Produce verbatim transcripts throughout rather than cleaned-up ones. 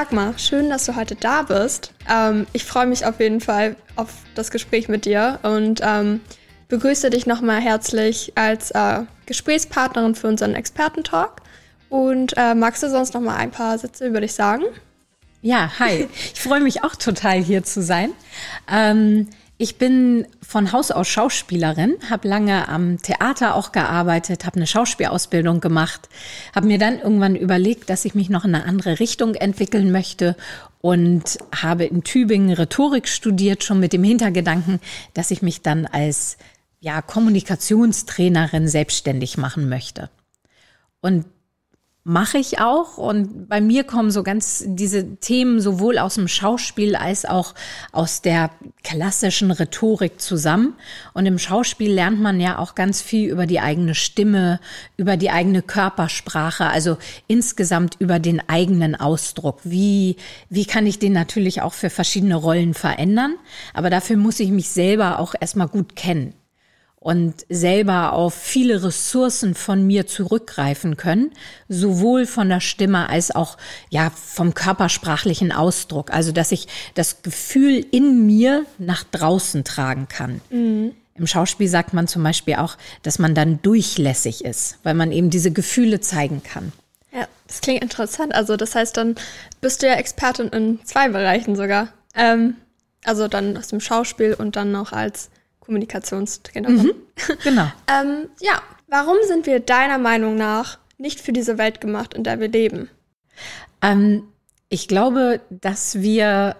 Dagmar, schön, dass du heute da bist. Ähm, ich freue mich auf jeden Fall auf das Gespräch mit dir und ähm, begrüße dich nochmal herzlich als äh, Gesprächspartnerin für unseren Expertentalk. Und äh, magst du sonst nochmal ein paar Sätze über dich sagen? Ja, hi. Ich freue mich auch total, hier zu sein. Ähm, ich bin von Haus aus Schauspielerin, habe lange am Theater auch gearbeitet, habe eine Schauspielausbildung gemacht, habe mir dann irgendwann überlegt, dass ich mich noch in eine andere Richtung entwickeln möchte und habe in Tübingen Rhetorik studiert, schon mit dem Hintergedanken, dass ich mich dann als ja, Kommunikationstrainerin selbstständig machen möchte. Und mache ich auch, und bei mir kommen so ganz diese Themen sowohl aus dem Schauspiel als auch aus der klassischen Rhetorik zusammen. Und im Schauspiel lernt man ja auch ganz viel über die eigene Stimme, über die eigene Körpersprache, also insgesamt über den eigenen Ausdruck. Wie, wie kann ich den natürlich auch für verschiedene Rollen verändern? Aber dafür muss ich mich selber auch erstmal gut kennen und selber auf viele Ressourcen von mir zurückgreifen können, sowohl von der Stimme als auch ja vom körpersprachlichen Ausdruck. Also dass ich das Gefühl in mir nach draußen tragen kann. Mhm. Im Schauspiel sagt man zum Beispiel auch, dass man dann durchlässig ist, weil man eben diese Gefühle zeigen kann. Ja, das klingt interessant. Also das heißt, dann bist du ja Expertin in zwei Bereichen sogar. Ähm, also dann aus dem Schauspiel und dann noch als Kommunikationstrainerin. Mhm, genau. ähm, ja, warum sind wir deiner Meinung nach nicht für diese Welt gemacht, in der wir leben? Ähm, ich glaube, dass wir,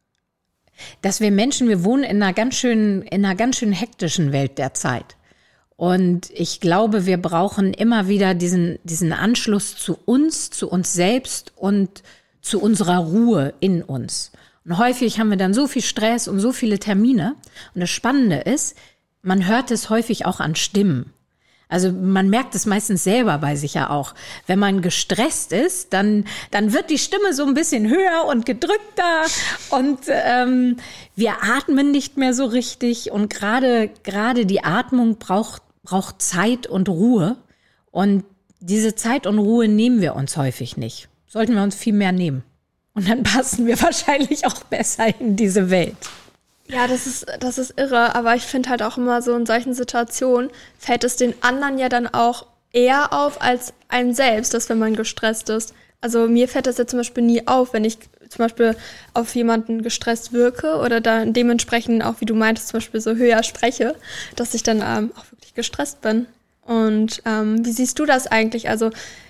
dass wir Menschen, wir wohnen in einer ganz schön, in einer ganz schön hektischen Welt derzeit. Und ich glaube, wir brauchen immer wieder diesen, diesen Anschluss zu uns, zu uns selbst und zu unserer Ruhe in uns. Und häufig haben wir dann so viel Stress und so viele Termine. Und das Spannende ist, man hört es häufig auch an Stimmen. Also man merkt es meistens selber bei sich ja auch. Wenn man gestresst ist, dann, dann wird die Stimme so ein bisschen höher und gedrückter. Und ähm, wir atmen nicht mehr so richtig. Und gerade, gerade die Atmung braucht, braucht Zeit und Ruhe. Und diese Zeit und Ruhe nehmen wir uns häufig nicht. Sollten wir uns viel mehr nehmen. Und dann passen wir wahrscheinlich auch besser in diese Welt. Ja, das ist, das ist irre. Aber ich finde halt auch immer so in solchen Situationen fällt es den anderen ja dann auch eher auf als einem selbst, dass wenn man gestresst ist. Also mir fällt das ja zum Beispiel nie auf, wenn ich zum Beispiel auf jemanden gestresst wirke oder dann dementsprechend auch, wie du meintest, zum Beispiel so höher spreche, dass ich dann ähm, auch wirklich gestresst bin. Und ähm, wie siehst du das eigentlich? Also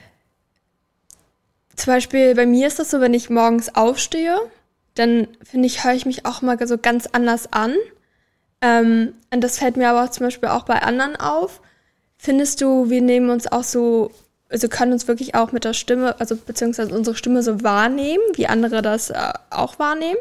zum Beispiel bei mir ist das so, wenn ich morgens aufstehe, dann finde ich, höre ich mich auch mal so ganz anders an. Ähm, und das fällt mir aber auch zum Beispiel auch bei anderen auf. Findest du, wir nehmen uns auch so, also können uns wirklich auch mit der Stimme, also beziehungsweise unsere Stimme so wahrnehmen, wie andere das äh, auch wahrnehmen?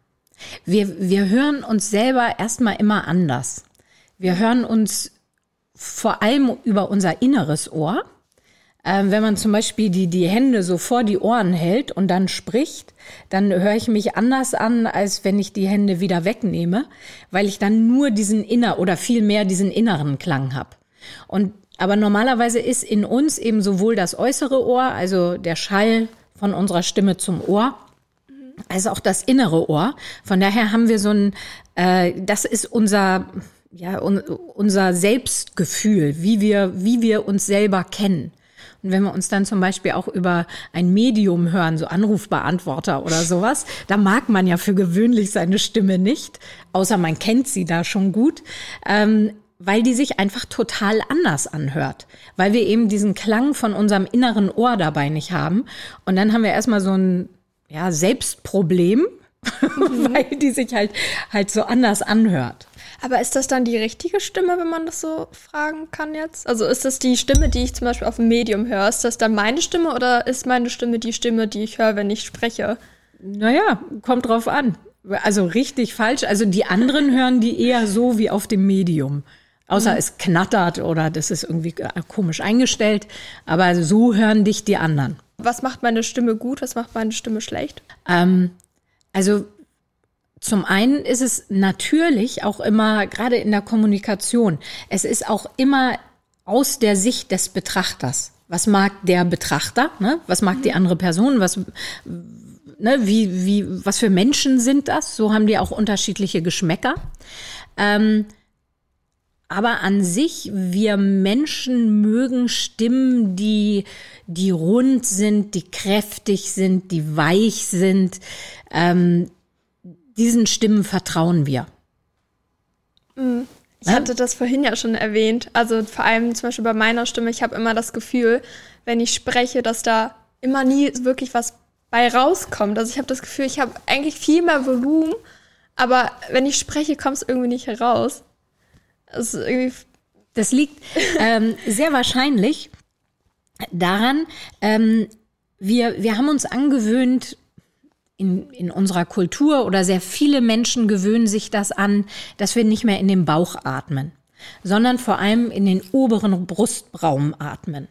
Wir, wir hören uns selber erstmal immer anders. Wir hören uns vor allem über unser inneres Ohr. Ähm, wenn man zum Beispiel die, die Hände so vor die Ohren hält und dann spricht, dann höre ich mich anders an, als wenn ich die Hände wieder wegnehme, weil ich dann nur diesen inner oder viel mehr diesen inneren Klang habe. Und aber normalerweise ist in uns eben sowohl das äußere Ohr, also der Schall von unserer Stimme zum Ohr, als auch das innere Ohr. Von daher haben wir so ein, äh, das ist unser, ja, un, unser Selbstgefühl, wie wir, wie wir uns selber kennen. Und wenn wir uns dann zum Beispiel auch über ein Medium hören, so Anrufbeantworter oder sowas, da mag man ja für gewöhnlich seine Stimme nicht, außer man kennt sie da schon gut, ähm, weil die sich einfach total anders anhört, weil wir eben diesen Klang von unserem inneren Ohr dabei nicht haben. Und dann haben wir erstmal so ein ja, Selbstproblem, mhm. weil die sich halt, halt so anders anhört. Aber ist das dann die richtige Stimme, wenn man das so fragen kann jetzt? Also ist das die Stimme, die ich zum Beispiel auf dem Medium höre? Ist das dann meine Stimme oder ist meine Stimme die Stimme, die ich höre, wenn ich spreche? Naja, kommt drauf an. Also richtig, falsch. Also die anderen hören die eher so wie auf dem Medium. Außer mhm. es knattert oder das ist irgendwie komisch eingestellt. Aber so hören dich die anderen. Was macht meine Stimme gut? Was macht meine Stimme schlecht? Ähm, also zum einen ist es natürlich auch immer, gerade in der Kommunikation, es ist auch immer aus der Sicht des Betrachters. Was mag der Betrachter? Ne? Was mag die andere Person? Was ne, wie, wie, was für Menschen sind das? So haben die auch unterschiedliche Geschmäcker. Ähm, aber an sich, wir Menschen mögen Stimmen, die, die rund sind, die kräftig sind, die weich sind. Ähm, diesen Stimmen vertrauen wir. Ich hatte das vorhin ja schon erwähnt. Also vor allem zum Beispiel bei meiner Stimme, ich habe immer das Gefühl, wenn ich spreche, dass da immer nie wirklich was bei rauskommt. Also ich habe das Gefühl, ich habe eigentlich viel mehr Volumen, aber wenn ich spreche, kommt es irgendwie nicht heraus. Das, ist irgendwie das liegt ähm, sehr wahrscheinlich daran, ähm, wir, wir haben uns angewöhnt, in, in unserer Kultur oder sehr viele Menschen gewöhnen sich das an, dass wir nicht mehr in den Bauch atmen, sondern vor allem in den oberen Brustraum atmen.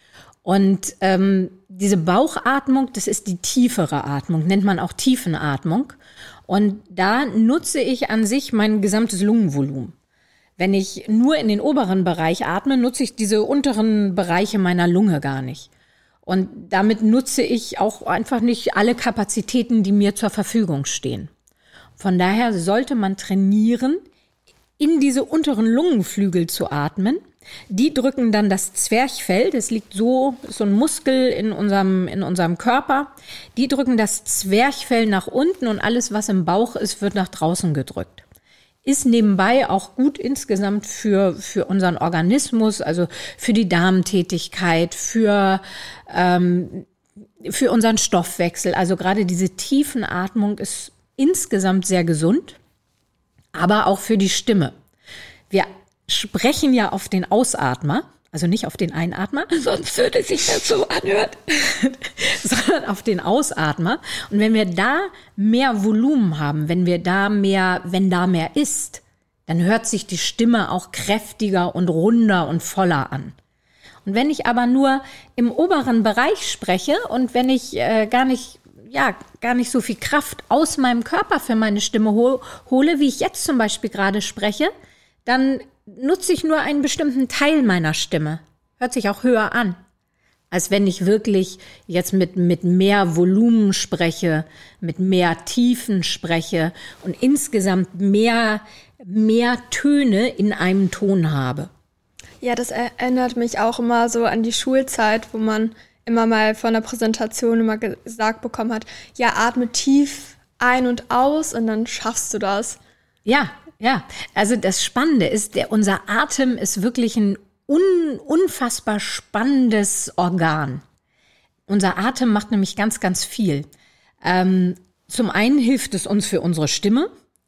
Und ähm, diese Bauchatmung, das ist die tiefere Atmung, nennt man auch Tiefenatmung. Und da nutze ich an sich mein gesamtes Lungenvolumen. Wenn ich nur in den oberen Bereich atme, nutze ich diese unteren Bereiche meiner Lunge gar nicht. Und damit nutze ich auch einfach nicht alle Kapazitäten, die mir zur Verfügung stehen. Von daher sollte man trainieren, in diese unteren Lungenflügel zu atmen. Die drücken dann das Zwerchfell, das liegt so, so ein Muskel in unserem, in unserem Körper. Die drücken das Zwerchfell nach unten und alles, was im Bauch ist, wird nach draußen gedrückt. Ist nebenbei auch gut insgesamt für, für unseren Organismus, also für die Darmtätigkeit, für, ähm, für unseren Stoffwechsel. Also gerade diese Tiefenatmung ist insgesamt sehr gesund, aber auch für die Stimme. Wir sprechen ja auf den Ausatmer, also nicht auf den Einatmer, sonst würde sich das so anhören, sondern auf den Ausatmer. Und wenn wir da mehr Volumen haben, wenn wir da mehr, wenn da mehr ist, dann hört sich die Stimme auch kräftiger und runder und voller an. Und wenn ich aber nur im oberen Bereich spreche und wenn ich äh, gar nicht, ja, gar nicht so viel Kraft aus meinem Körper für meine Stimme ho- hole, wie ich jetzt zum Beispiel gerade spreche, dann nutze ich nur einen bestimmten Teil meiner Stimme. Hört sich auch höher an, als wenn ich wirklich jetzt mit, mit mehr Volumen spreche, mit mehr Tiefen spreche und insgesamt mehr, mehr Töne in einem Ton habe. Ja, das erinnert mich auch immer so an die Schulzeit, wo man immer mal von der Präsentation immer gesagt bekommen hat, ja, atme tief ein und aus und dann schaffst du das. Ja, ja. Also das Spannende ist, der, unser Atem ist wirklich ein un, unfassbar spannendes Organ. Unser Atem macht nämlich ganz, ganz viel. Ähm, zum einen hilft es uns für unsere Stimme.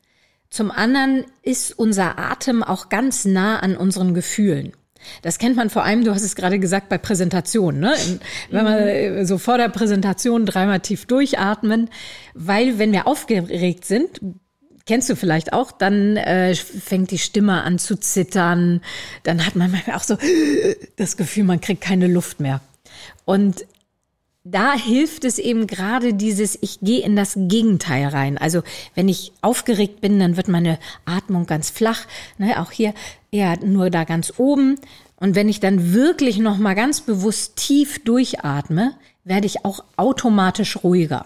Zum anderen ist unser Atem auch ganz nah an unseren Gefühlen. Das kennt man vor allem, du hast es gerade gesagt, bei Präsentationen, ne? Wenn man so vor der Präsentation dreimal tief durchatmen, weil wenn wir aufgeregt sind, kennst du vielleicht auch, dann äh, fängt die Stimme an zu zittern, dann hat man manchmal auch so das Gefühl, man kriegt keine Luft mehr. Und da hilft es eben gerade dieses, ich gehe in das Gegenteil rein. Also wenn ich aufgeregt bin, dann wird meine Atmung ganz flach, ne, auch hier eher nur da ganz oben. Und wenn ich dann wirklich noch mal ganz bewusst tief durchatme, werde ich auch automatisch ruhiger.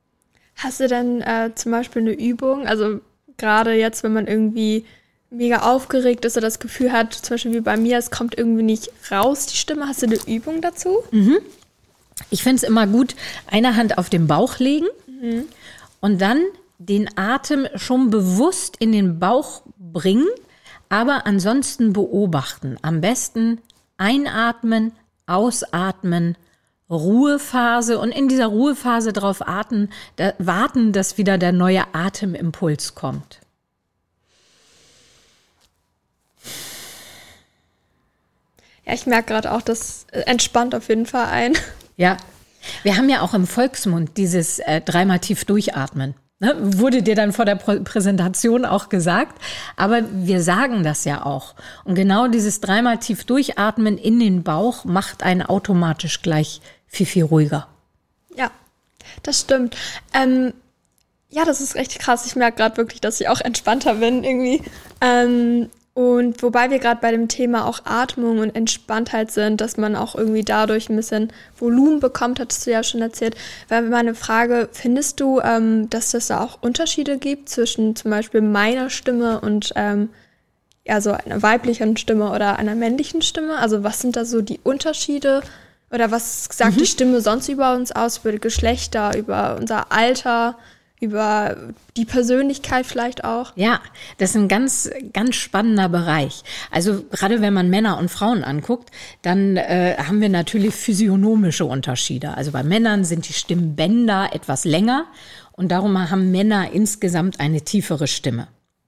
Hast du denn äh, zum Beispiel eine Übung, also gerade jetzt, wenn man irgendwie mega aufgeregt ist oder das Gefühl hat, zum Beispiel wie bei mir, es kommt irgendwie nicht raus, die Stimme, hast du eine Übung dazu? Mhm. Ich finde es immer gut, eine Hand auf den Bauch legen mhm. und dann den Atem schon bewusst in den Bauch bringen, aber ansonsten beobachten. Am besten einatmen, ausatmen, Ruhephase und in dieser Ruhephase darauf atmen, da, warten, dass wieder der neue Atemimpuls kommt. Ja, ich merke gerade auch, das entspannt auf jeden Fall ein. Ja, wir haben ja auch im Volksmund dieses äh, dreimal tief durchatmen. Ne? Wurde dir dann vor der Prä- Präsentation auch gesagt. Aber wir sagen das ja auch. Und genau dieses dreimal tief durchatmen in den Bauch macht einen automatisch gleich viel, viel ruhiger. Ja, das stimmt. Ähm, ja, das ist richtig krass. Ich merke gerade wirklich, dass ich auch entspannter bin irgendwie. Ähm, Und wobei wir gerade bei dem Thema auch Atmung und Entspanntheit sind, dass man auch irgendwie dadurch ein bisschen Volumen bekommt, hattest du ja schon erzählt, wäre meine Frage, findest du, ähm, dass es da auch Unterschiede gibt zwischen zum Beispiel meiner Stimme und ähm, ja, so einer weiblichen Stimme oder einer männlichen Stimme? Also was sind da so die Unterschiede? Oder was sagt mhm. die Stimme sonst über uns aus, über die Geschlechter, über unser Alter, über die Persönlichkeit vielleicht auch? Ja, das ist ein ganz, ganz spannender Bereich. Also gerade wenn man Männer und Frauen anguckt, dann äh, haben wir natürlich physiognomische Unterschiede. Also bei Männern sind die Stimmbänder etwas länger und darum haben Männer insgesamt eine tiefere Stimme.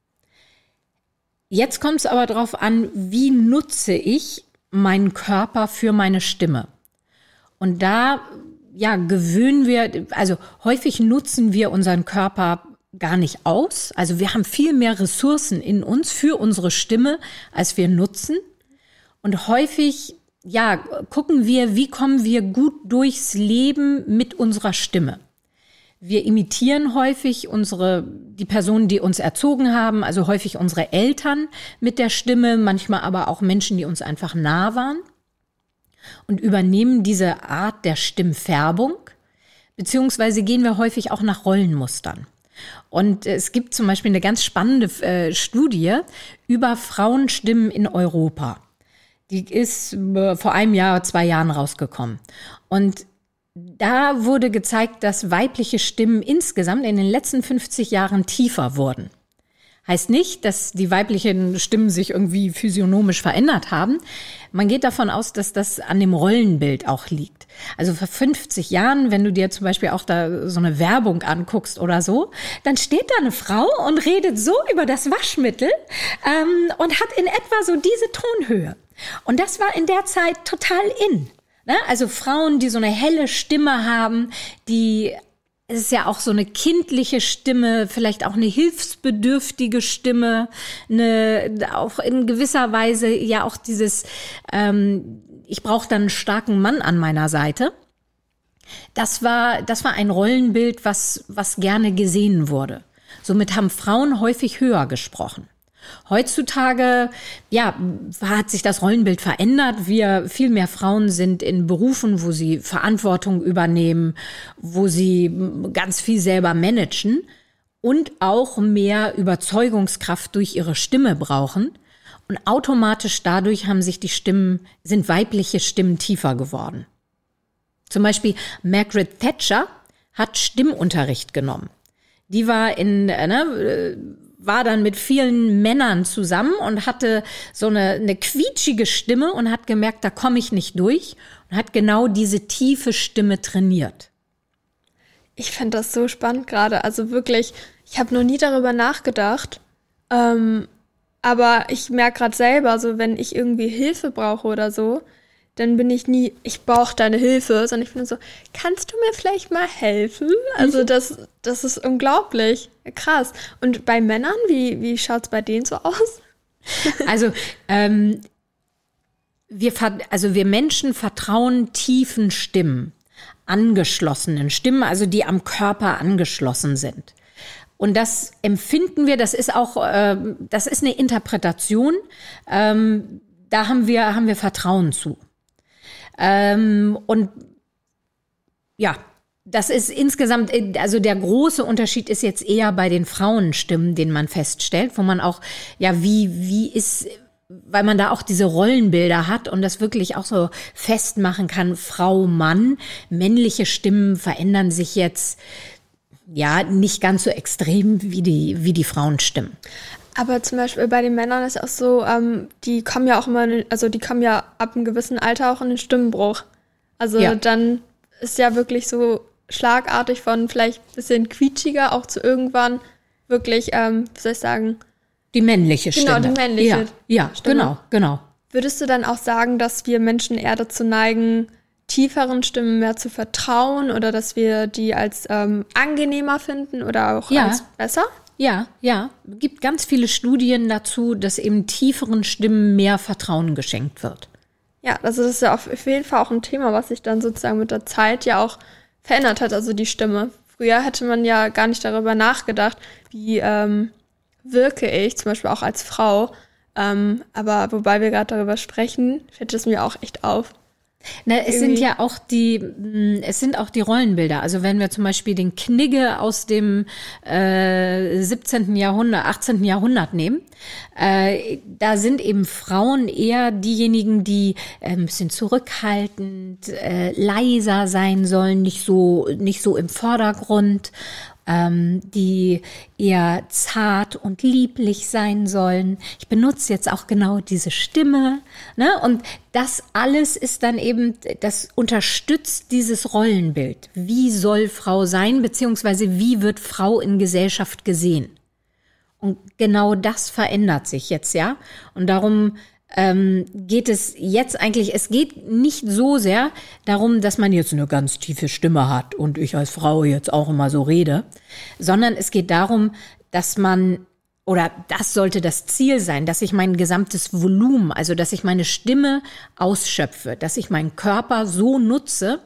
Jetzt kommt es aber darauf an, wie nutze ich meinen Körper für meine Stimme? Und da ja, gewöhnen wir, also häufig nutzen wir unseren Körper gar nicht aus. Also wir haben viel mehr Ressourcen in uns für unsere Stimme, als wir nutzen. Und häufig, ja, gucken wir, wie kommen wir gut durchs Leben mit unserer Stimme. Wir imitieren häufig unsere, die Personen, die uns erzogen haben, also häufig unsere Eltern mit der Stimme, manchmal aber auch Menschen, die uns einfach nah waren. Und übernehmen diese Art der Stimmfärbung, beziehungsweise gehen wir häufig auch nach Rollenmustern. Und es gibt zum Beispiel eine ganz spannende äh, Studie über Frauenstimmen in Europa. Die ist äh, vor einem Jahr, zwei Jahren rausgekommen. Und da wurde gezeigt, dass weibliche Stimmen insgesamt in den letzten fünfzig Jahren tiefer wurden. Heißt nicht, dass die weiblichen Stimmen sich irgendwie physiognomisch verändert haben. Man geht davon aus, dass das an dem Rollenbild auch liegt. Also vor fünfzig Jahren, wenn du dir zum Beispiel auch da so eine Werbung anguckst oder so, dann steht da eine Frau und redet so über das Waschmittel ähm, und hat in etwa so diese Tonhöhe. Und das war in der Zeit total in. Ne? Also Frauen, die so eine helle Stimme haben, die es ist ja auch so eine kindliche Stimme, vielleicht auch eine hilfsbedürftige Stimme, eine, auch in gewisser Weise ja auch dieses, ähm, ich brauche dann einen starken Mann an meiner Seite. Das war, das war ein Rollenbild, was, was gerne gesehen wurde. Somit haben Frauen häufig höher gesprochen. Heutzutage, ja, hat sich das Rollenbild verändert. Wir, viel mehr Frauen sind in Berufen, wo sie Verantwortung übernehmen, wo sie ganz viel selber managen und auch mehr Überzeugungskraft durch ihre Stimme brauchen. Und automatisch dadurch haben sich die Stimmen, sind weibliche Stimmen tiefer geworden. Zum Beispiel Margaret Thatcher hat Stimmunterricht genommen. Die war in, ne, war dann mit vielen Männern zusammen und hatte so eine, eine quietschige Stimme und hat gemerkt, da komme ich nicht durch und hat genau diese tiefe Stimme trainiert. Ich finde das so spannend gerade. Also wirklich, ich habe noch nie darüber nachgedacht. Ähm, aber ich merke gerade selber, so wenn ich irgendwie Hilfe brauche oder so, dann bin ich nie, ich brauche deine Hilfe, sondern ich bin so, kannst du mir vielleicht mal helfen? Also das, das ist unglaublich krass. Und bei Männern, wie, wie schaut es bei denen so aus? Also, ähm, wir, also wir Menschen vertrauen tiefen Stimmen, angeschlossenen Stimmen, also die am Körper angeschlossen sind. Und das empfinden wir, das ist auch, äh, das ist eine Interpretation, ähm, da haben wir, haben wir Vertrauen zu. Ähm, und ja, das ist insgesamt, also der große Unterschied ist jetzt eher bei den Frauenstimmen, den man feststellt, wo man auch, ja, wie, wie ist, weil man da auch diese Rollenbilder hat und das wirklich auch so festmachen kann, Frau, Mann, männliche Stimmen verändern sich jetzt, ja, nicht ganz so extrem wie die, wie die Frauenstimmen. Aber zum Beispiel bei den Männern ist auch so, ähm, die kommen ja auch immer, also die kommen ja ab einem gewissen Alter auch in den Stimmbruch. Also ja. Dann ist ja wirklich so schlagartig von vielleicht ein bisschen quietschiger auch zu irgendwann wirklich, ähm, wie soll ich sagen? Die männliche Stimme. Genau, die männliche ja, ja, Stimme. genau, genau. Würdest du dann auch sagen, dass wir Menschen eher dazu neigen, tieferen Stimmen mehr zu vertrauen oder dass wir die als ähm, angenehmer finden oder auch ja. als besser? Ja, ja. Es gibt ganz viele Studien dazu, dass eben tieferen Stimmen mehr Vertrauen geschenkt wird. Ja, also das ist ja auf jeden Fall auch ein Thema, was sich dann sozusagen mit der Zeit ja auch verändert hat, also die Stimme. Früher hätte man ja gar nicht darüber nachgedacht, wie ähm, wirke ich, zum Beispiel auch als Frau, Ähm, aber wobei wir gerade darüber sprechen, fällt es mir auch echt auf. Na, es sind ja auch die, es sind auch die Rollenbilder. Also wenn wir zum Beispiel den Knigge aus dem äh, siebzehnten. Jahrhundert, achtzehnten. Jahrhundert nehmen, äh, da sind eben Frauen eher diejenigen, die äh, ein bisschen zurückhaltend, äh, leiser sein sollen, nicht so, nicht so im Vordergrund. Ähm, die eher zart und lieblich sein sollen. Ich benutze jetzt auch genau diese Stimme, ne? Und das alles ist dann eben, das unterstützt dieses Rollenbild. Wie soll Frau sein, beziehungsweise wie wird Frau in Gesellschaft gesehen? Und genau das verändert sich jetzt, ja. Und darum ähm, geht es jetzt eigentlich, es geht nicht so sehr darum, dass man jetzt eine ganz tiefe Stimme hat und ich als Frau jetzt auch immer so rede, sondern es geht darum, dass man, oder das sollte das Ziel sein, dass ich mein gesamtes Volumen, also dass ich meine Stimme ausschöpfe, dass ich meinen Körper so nutze,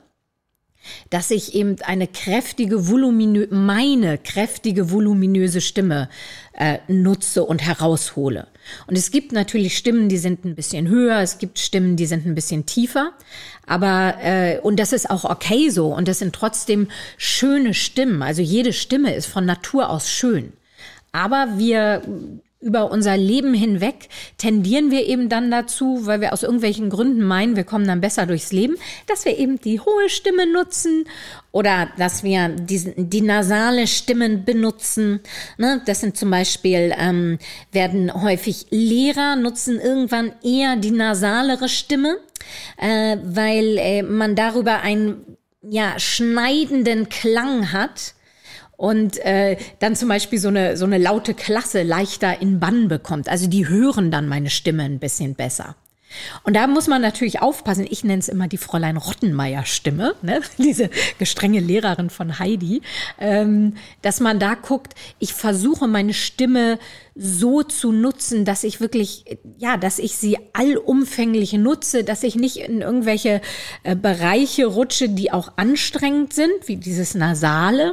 dass ich eben eine kräftige, voluminö meine kräftige, voluminöse Stimme äh, nutze und heraushole. Und es gibt natürlich Stimmen, die sind ein bisschen höher, es gibt Stimmen, die sind ein bisschen tiefer, aber äh, und das ist auch okay so und das sind trotzdem schöne Stimmen. Also jede Stimme ist von Natur aus schön. Aber wir über unser Leben hinweg tendieren wir eben dann dazu, weil wir aus irgendwelchen Gründen meinen, wir kommen dann besser durchs Leben, dass wir eben die hohe Stimme nutzen oder dass wir die, die nasale Stimmen benutzen. Ne? Das sind zum Beispiel, ähm, werden häufig Lehrer nutzen irgendwann eher die nasalere Stimme, äh, weil äh, man darüber einen ja, schneidenden Klang hat. Und äh, dann zum Beispiel so eine so eine laute Klasse leichter in Bann bekommt. Also die hören dann meine Stimme ein bisschen besser. Und da muss man natürlich aufpassen. Ich nenne es immer die Fräulein Rottenmeier-Stimme, ne? Diese gestrenge Lehrerin von Heidi, ähm, dass man da guckt. Ich versuche meine Stimme so zu nutzen, dass ich wirklich, ja, dass ich sie allumfänglich nutze, dass ich nicht in irgendwelche äh, Bereiche rutsche, die auch anstrengend sind, wie dieses Nasale.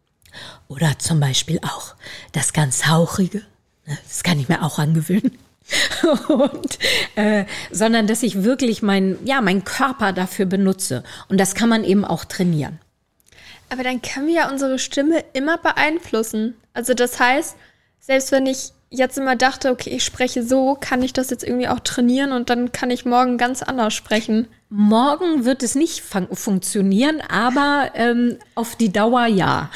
Oder zum Beispiel auch das ganz Hauchige, das kann ich mir auch angewöhnen. Und, äh, sondern dass ich wirklich mein, ja, meinen Körper dafür benutze. Und das kann man eben auch trainieren. Aber dann können wir ja unsere Stimme immer beeinflussen. Also das heißt, selbst wenn ich jetzt immer dachte, okay, ich spreche so, kann ich das jetzt irgendwie auch trainieren und dann kann ich morgen ganz anders sprechen. Morgen wird es nicht fun- funktionieren, aber ähm, auf die Dauer ja.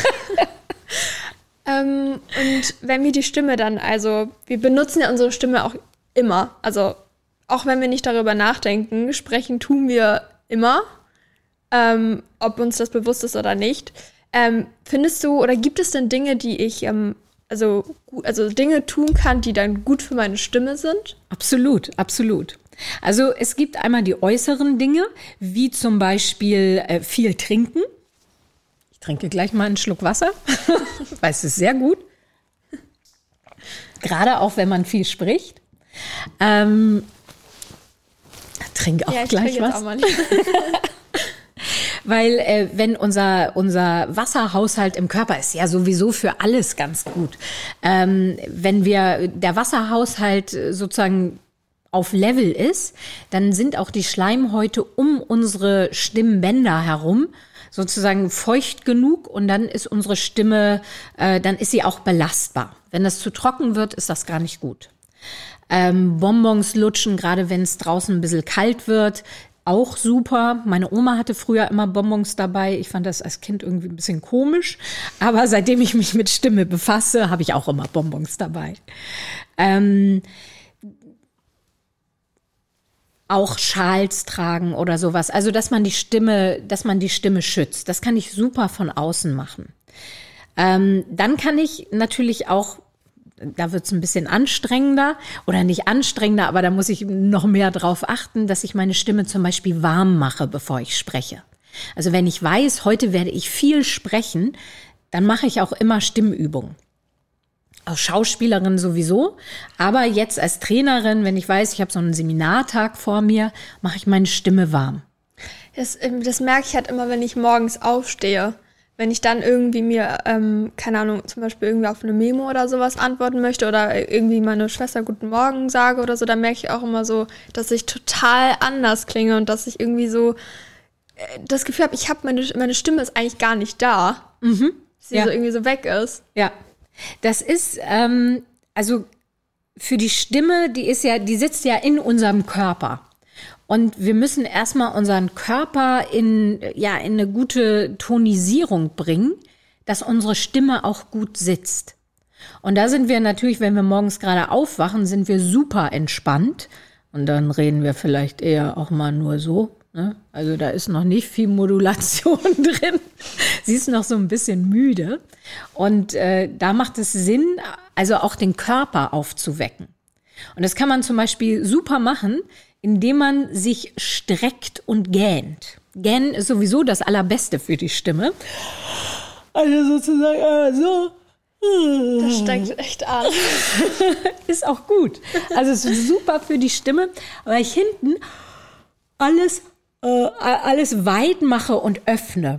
ähm, und wenn wir die Stimme dann, also wir benutzen ja unsere Stimme auch immer, also auch wenn wir nicht darüber nachdenken, sprechen tun wir immer, ähm, ob uns das bewusst ist oder nicht. Ähm, findest du, oder gibt es denn Dinge, die ich ähm, Also, also Dinge tun kann, die dann gut für meine Stimme sind? Absolut, absolut. Also es gibt einmal die äußeren Dinge, wie zum Beispiel äh, viel trinken. Ich trinke gleich mal einen Schluck Wasser, weil es ist sehr gut. Gerade auch, wenn man viel spricht. Ähm, trink auch ja, ich gleich was. Auch mal nicht. Weil äh, wenn unser unser Wasserhaushalt im Körper ist ja sowieso für alles ganz gut. Ähm, wenn wir der Wasserhaushalt sozusagen auf Level ist, dann sind auch die Schleimhäute um unsere Stimmbänder herum sozusagen feucht genug und dann ist unsere Stimme, äh, dann ist sie auch belastbar. Wenn das zu trocken wird, ist das gar nicht gut. Ähm, Bonbons lutschen, gerade wenn es draußen ein bisschen kalt wird, auch super. Meine Oma hatte früher immer Bonbons dabei. Ich fand das als Kind irgendwie ein bisschen komisch. Aber seitdem ich mich mit Stimme befasse, habe ich auch immer Bonbons dabei. Ähm, auch Schals tragen oder sowas. Also, dass man die Stimme, dass man die Stimme schützt. Das kann ich super von außen machen. Ähm, dann kann ich natürlich auch, da wird es ein bisschen anstrengender oder nicht anstrengender, aber da muss ich noch mehr drauf achten, dass ich meine Stimme zum Beispiel warm mache, bevor ich spreche. Also wenn ich weiß, heute werde ich viel sprechen, dann mache ich auch immer Stimmübungen. Als Schauspielerin sowieso, aber jetzt als Trainerin, wenn ich weiß, ich habe so einen Seminartag vor mir, mache ich meine Stimme warm. Das, das merke ich halt immer, wenn ich morgens aufstehe. wenn ich dann irgendwie mir, ähm, keine Ahnung, zum Beispiel irgendwie auf eine Memo oder sowas antworten möchte oder irgendwie meine Schwester Guten Morgen sage oder so, dann merke ich auch immer so, dass ich total anders klinge und dass ich irgendwie so äh, das Gefühl habe, ich habe meine, meine Stimme ist eigentlich gar nicht da. Mhm. Dass sie Ja. so irgendwie so weg ist. Ja, das ist, ähm, also für die Stimme, die ist ja, die sitzt ja in unserem Körper. Und wir müssen erstmal unseren Körper in, ja, in eine gute Tonisierung bringen, dass unsere Stimme auch gut sitzt. Und da sind wir natürlich, wenn wir morgens gerade aufwachen, sind wir super entspannt. Und dann reden wir vielleicht eher auch mal nur so. Ne? Also da ist noch nicht viel Modulation drin. Sie ist noch so ein bisschen müde. Und äh, da macht es Sinn, also auch den Körper aufzuwecken. Und das kann man zum Beispiel super machen, indem man sich streckt und gähnt. Gähnen ist sowieso das Allerbeste für die Stimme. Also sozusagen äh, so. Das steckt echt an. Ist auch gut. Also es ist super für die Stimme, weil ich hinten alles, äh, alles weit mache und öffne.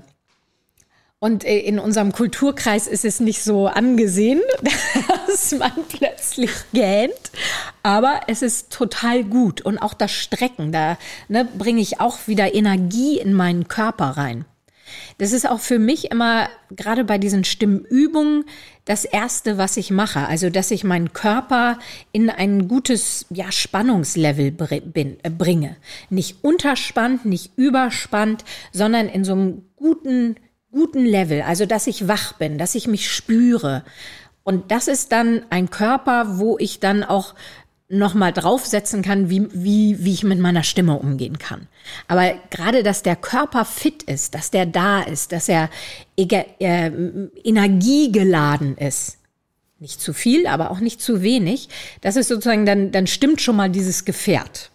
Und in unserem Kulturkreis ist es nicht so angesehen, dass man plötzlich gähnt. Aber es ist total gut. Und auch das Strecken, da ne, bringe ich auch wieder Energie in meinen Körper rein. Das ist auch für mich immer, gerade bei diesen Stimmübungen, das Erste, was ich mache. Also, dass ich meinen Körper in ein gutes ja, Spannungslevel bin, äh, bringe. Nicht unterspannt, nicht überspannt, sondern in so einem guten guten Level, also dass ich wach bin, dass ich mich spüre. Und das ist dann ein Körper, wo ich dann auch nochmal draufsetzen kann, wie, wie, wie ich mit meiner Stimme umgehen kann. Aber gerade, dass der Körper fit ist, dass der da ist, dass er äh, energiegeladen ist. Nicht zu viel, aber auch nicht zu wenig. Das ist sozusagen, dann, dann stimmt schon mal dieses Gefährt.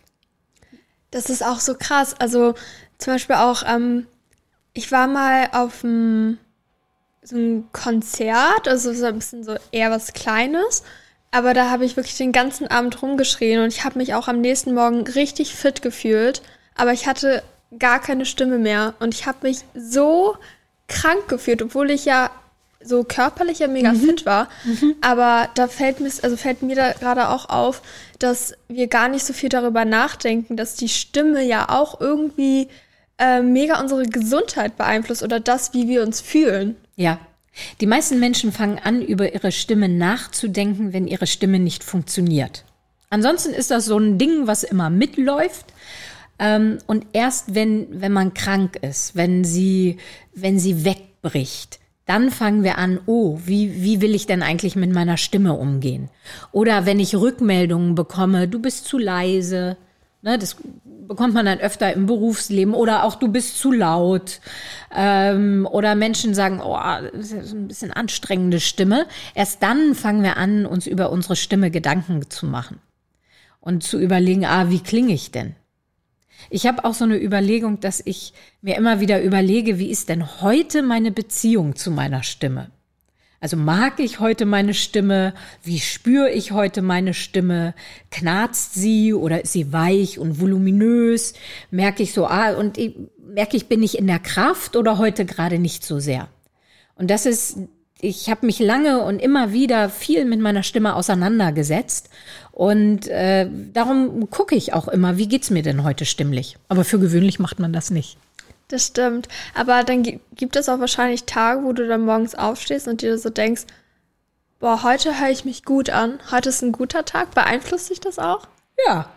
Das ist auch so krass. Also zum Beispiel auch, ähm, ich war mal auf einem, so einem Konzert, also so ein bisschen so eher was Kleines, aber da habe ich wirklich den ganzen Abend rumgeschrien und ich habe mich auch am nächsten Morgen richtig fit gefühlt, aber ich hatte gar keine Stimme mehr und ich habe mich so krank gefühlt, obwohl ich ja so körperlich ja mega mhm. fit war, mhm. aber da fällt mir, also fällt mir da gerade auch auf, dass wir gar nicht so viel darüber nachdenken, dass die Stimme ja auch irgendwie Äh, mega unsere Gesundheit beeinflusst oder das, wie wir uns fühlen. Ja, die meisten Menschen fangen an, über ihre Stimme nachzudenken, wenn ihre Stimme nicht funktioniert. Ansonsten ist das so ein Ding, was immer mitläuft. Ähm, und erst wenn, wenn man krank ist, wenn sie, wenn sie wegbricht, dann fangen wir an, oh, wie, wie will ich denn eigentlich mit meiner Stimme umgehen? Oder wenn ich Rückmeldungen bekomme, du bist zu leise. Ne, das bekommt man dann öfter im Berufsleben oder auch du bist zu laut ähm, oder Menschen sagen, oh, das ist ein bisschen anstrengende Stimme. Erst dann fangen wir an, uns über unsere Stimme Gedanken zu machen und zu überlegen, ah, wie klinge ich denn? Ich habe auch so eine Überlegung, dass ich mir immer wieder überlege, wie ist denn heute meine Beziehung zu meiner Stimme? Also mag ich heute meine Stimme? Wie spüre ich heute meine Stimme? Knarzt sie oder ist sie weich und voluminös? Merke ich so, ah, und ich, merke ich, bin ich in der Kraft oder heute gerade nicht so sehr? Und das ist, ich habe mich lange und immer wieder viel mit meiner Stimme auseinandergesetzt. Und äh, darum gucke ich auch immer, wie geht's mir denn heute stimmlich? Aber für gewöhnlich macht man das nicht. Das stimmt. Aber dann gibt es auch wahrscheinlich Tage, wo du dann morgens aufstehst und dir so denkst, boah, heute höre ich mich gut an. Heute ist ein guter Tag. Beeinflusst dich das auch? Ja.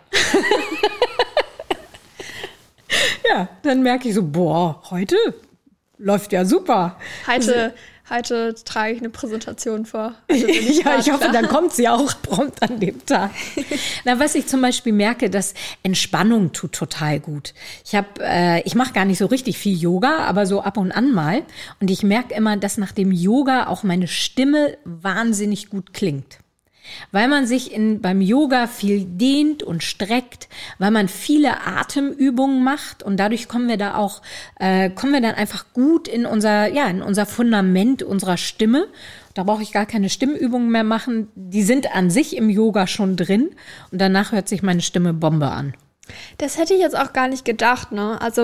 Ja, dann merke ich so, boah, heute läuft ja super. Heute, heute trage ich eine Präsentation vor. Also bin ich ja, ich hoffe, dann kommt sie auch prompt an dem Tag. Na, was ich zum Beispiel merke, dass Entspannung tut total gut. Ich habe, äh, ich mache gar nicht so richtig viel Yoga, aber so ab und an mal. Und ich merke immer, dass nach dem Yoga auch meine Stimme wahnsinnig gut klingt. Weil man sich in, beim Yoga viel dehnt und streckt, weil man viele Atemübungen macht und dadurch kommen wir da auch, äh, kommen wir dann einfach gut in unser, ja, in unser Fundament unserer Stimme. Da brauche ich gar keine Stimmübungen mehr machen. Die sind an sich im Yoga schon drin und danach hört sich meine Stimme Bombe an. Das hätte ich jetzt auch gar nicht gedacht, ne? Also,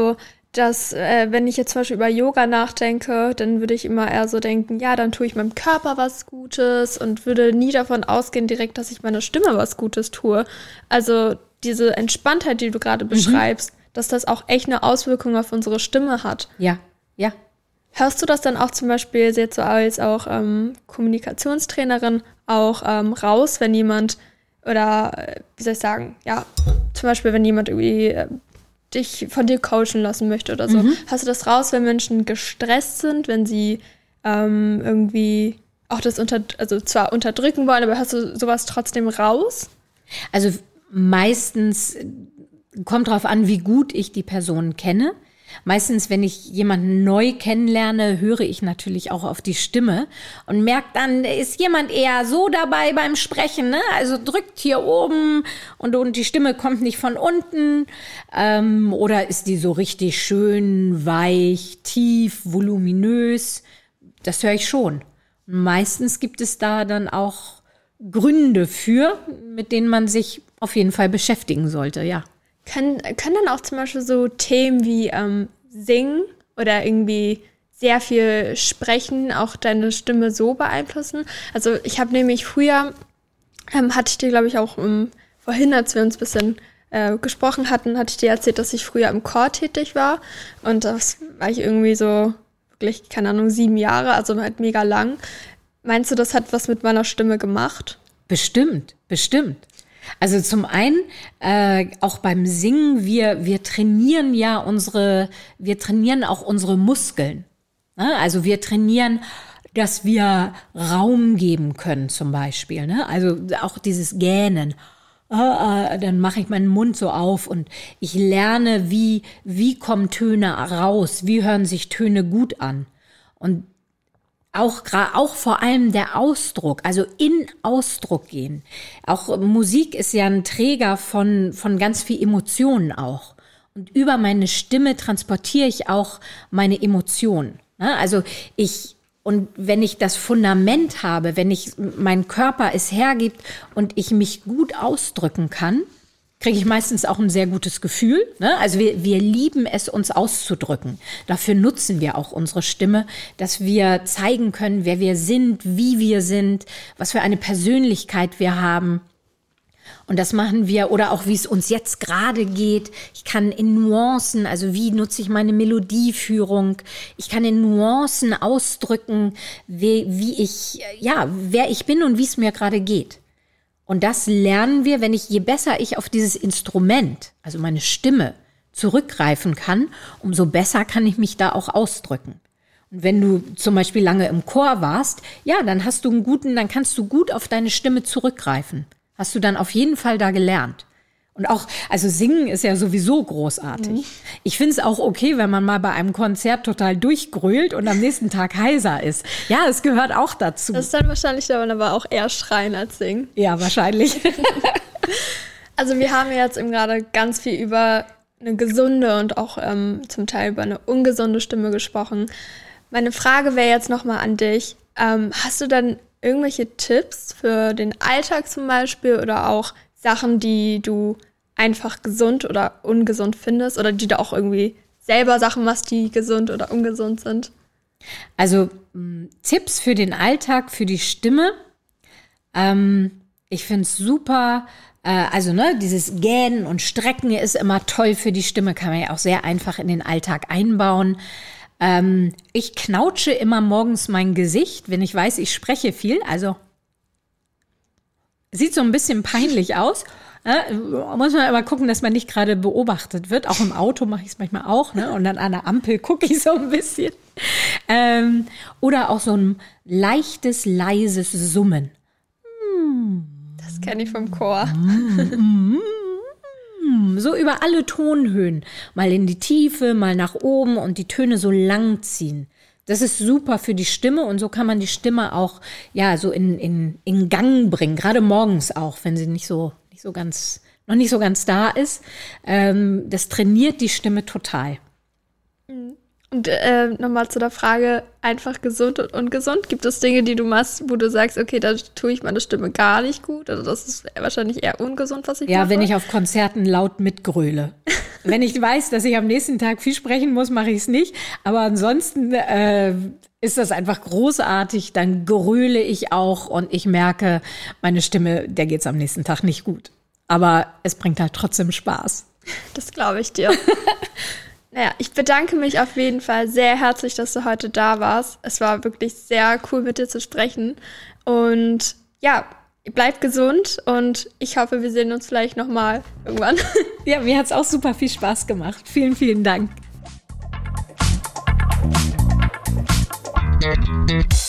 dass, äh, wenn ich jetzt zum Beispiel über Yoga nachdenke, dann würde ich immer eher so denken, ja, dann tue ich meinem Körper was Gutes und würde nie davon ausgehen direkt, dass ich meiner Stimme was Gutes tue. Also diese Entspanntheit, die du gerade beschreibst, mhm. dass das auch echt eine Auswirkung auf unsere Stimme hat. Ja, ja. Hörst du das dann auch zum Beispiel jetzt so als auch ähm, Kommunikationstrainerin auch ähm, raus, wenn jemand oder, äh, wie soll ich sagen, ja, zum Beispiel, wenn jemand irgendwie äh, dich von dir coachen lassen möchte oder so. Mhm. Hast du das raus, wenn Menschen gestresst sind, wenn sie ähm, irgendwie auch das unter, also zwar unterdrücken wollen, aber hast du sowas trotzdem raus? Also meistens kommt drauf an, wie gut ich die Person kenne. Meistens, wenn ich jemanden neu kennenlerne, höre ich natürlich auch auf die Stimme und merke dann, ist jemand eher so dabei beim Sprechen, ne? Also drückt hier oben und, und die Stimme kommt nicht von unten. Ähm, oder ist die so richtig schön, weich, tief, voluminös? Das höre ich schon. Und meistens gibt es da dann auch Gründe für, mit denen man sich auf jeden Fall beschäftigen sollte, ja. Können, können dann auch zum Beispiel so Themen wie ähm, Singen oder irgendwie sehr viel Sprechen auch deine Stimme so beeinflussen? Also ich habe nämlich früher, ähm, hatte ich dir glaube ich auch um, vorhin, als wir uns ein bisschen äh, gesprochen hatten, hatte ich dir erzählt, dass ich früher im Chor tätig war. Und das war ich irgendwie so, wirklich, keine Ahnung, sieben Jahre, also halt mega lang. Meinst du, das hat was mit meiner Stimme gemacht? Bestimmt, bestimmt. Also zum einen, äh, auch beim Singen, wir, wir trainieren ja unsere, wir trainieren auch unsere Muskeln. Ne? Also wir trainieren, dass wir Raum geben können zum Beispiel. Ne? Also auch dieses Gähnen. Äh, äh, dann mache ich meinen Mund so auf und ich lerne, wie, wie kommen Töne raus, wie hören sich Töne gut an. Und Auch, auch vor allem der Ausdruck, also in Ausdruck gehen. Auch Musik ist ja ein Träger von, von ganz viel Emotionen auch. Und über meine Stimme transportiere ich auch meine Emotionen. Also ich, und wenn ich das Fundament habe, wenn ich, mein Körper es hergibt und ich mich gut ausdrücken kann, kriege ich meistens auch ein sehr gutes Gefühl. Ne? Also wir, wir lieben es, uns auszudrücken. Dafür nutzen wir auch unsere Stimme, dass wir zeigen können, wer wir sind, wie wir sind, was für eine Persönlichkeit wir haben. Und das machen wir, oder auch wie es uns jetzt gerade geht. Ich kann in Nuancen, also wie nutze ich meine Melodieführung, ich kann in Nuancen ausdrücken, wie, wie ich, ja, wer ich bin und wie es mir gerade geht. Und das lernen wir, wenn ich, je besser ich auf dieses Instrument, also meine Stimme, zurückgreifen kann, umso besser kann ich mich da auch ausdrücken. Und wenn du zum Beispiel lange im Chor warst, ja, dann hast du einen guten, dann kannst du gut auf deine Stimme zurückgreifen. Hast du dann auf jeden Fall da gelernt. Und auch, also singen ist ja sowieso großartig. Mhm. Ich finde es auch okay, wenn man mal bei einem Konzert total durchgrölt und am nächsten Tag heiser ist. Ja, es gehört auch dazu. Das ist dann wahrscheinlich dann aber auch eher schreien als singen. Ja, wahrscheinlich. Also wir haben ja jetzt eben gerade ganz viel über eine gesunde und auch ähm, zum Teil über eine ungesunde Stimme gesprochen. Meine Frage wäre jetzt nochmal an dich. Ähm, hast du dann irgendwelche Tipps für den Alltag zum Beispiel oder auch Sachen, die du einfach gesund oder ungesund findest oder die du auch irgendwie selber Sachen machst, die gesund oder ungesund sind? Also m, Tipps für den Alltag, für die Stimme. Ähm, ich finde es super, äh, also ne, dieses Gähnen und Strecken ist immer toll für die Stimme, kann man ja auch sehr einfach in den Alltag einbauen. Ähm, ich knautsche immer morgens mein Gesicht, wenn ich weiß, ich spreche viel, also sieht so ein bisschen peinlich aus. Äh, muss man aber gucken, dass man nicht gerade beobachtet wird. Auch im Auto mache ich es manchmal auch. Ne? Und dann an der Ampel gucke ich so ein bisschen. Ähm, oder auch so ein leichtes, leises Summen. Das kenne ich vom Chor. So über alle Tonhöhen. Mal in die Tiefe, mal nach oben und die Töne so lang ziehen. Das ist super für die Stimme und so kann man die Stimme auch ja so in, in, in Gang bringen, gerade morgens auch, wenn sie nicht so, nicht so ganz, noch nicht so ganz da ist. Ähm, das trainiert die Stimme total. Und äh, nochmal zu der Frage, einfach gesund und ungesund. Gibt es Dinge, die du machst, wo du sagst, okay, da tue ich meine Stimme gar nicht gut? Also das ist wahrscheinlich eher ungesund, was ich ja, mache. Ja, wenn ich auf Konzerten laut mitgröle. Wenn ich weiß, dass ich am nächsten Tag viel sprechen muss, mache ich es nicht. Aber ansonsten äh, ist das einfach großartig. Dann gröle ich auch und ich merke, meine Stimme, der geht's am nächsten Tag nicht gut. Aber es bringt halt trotzdem Spaß. Das glaube ich dir. Naja, ich bedanke mich auf jeden Fall sehr herzlich, dass du heute da warst. Es war wirklich sehr cool, mit dir zu sprechen. Und ja, bleib gesund und ich hoffe, wir sehen uns vielleicht nochmal irgendwann. Ja, mir hat es auch super viel Spaß gemacht. Vielen, vielen Dank.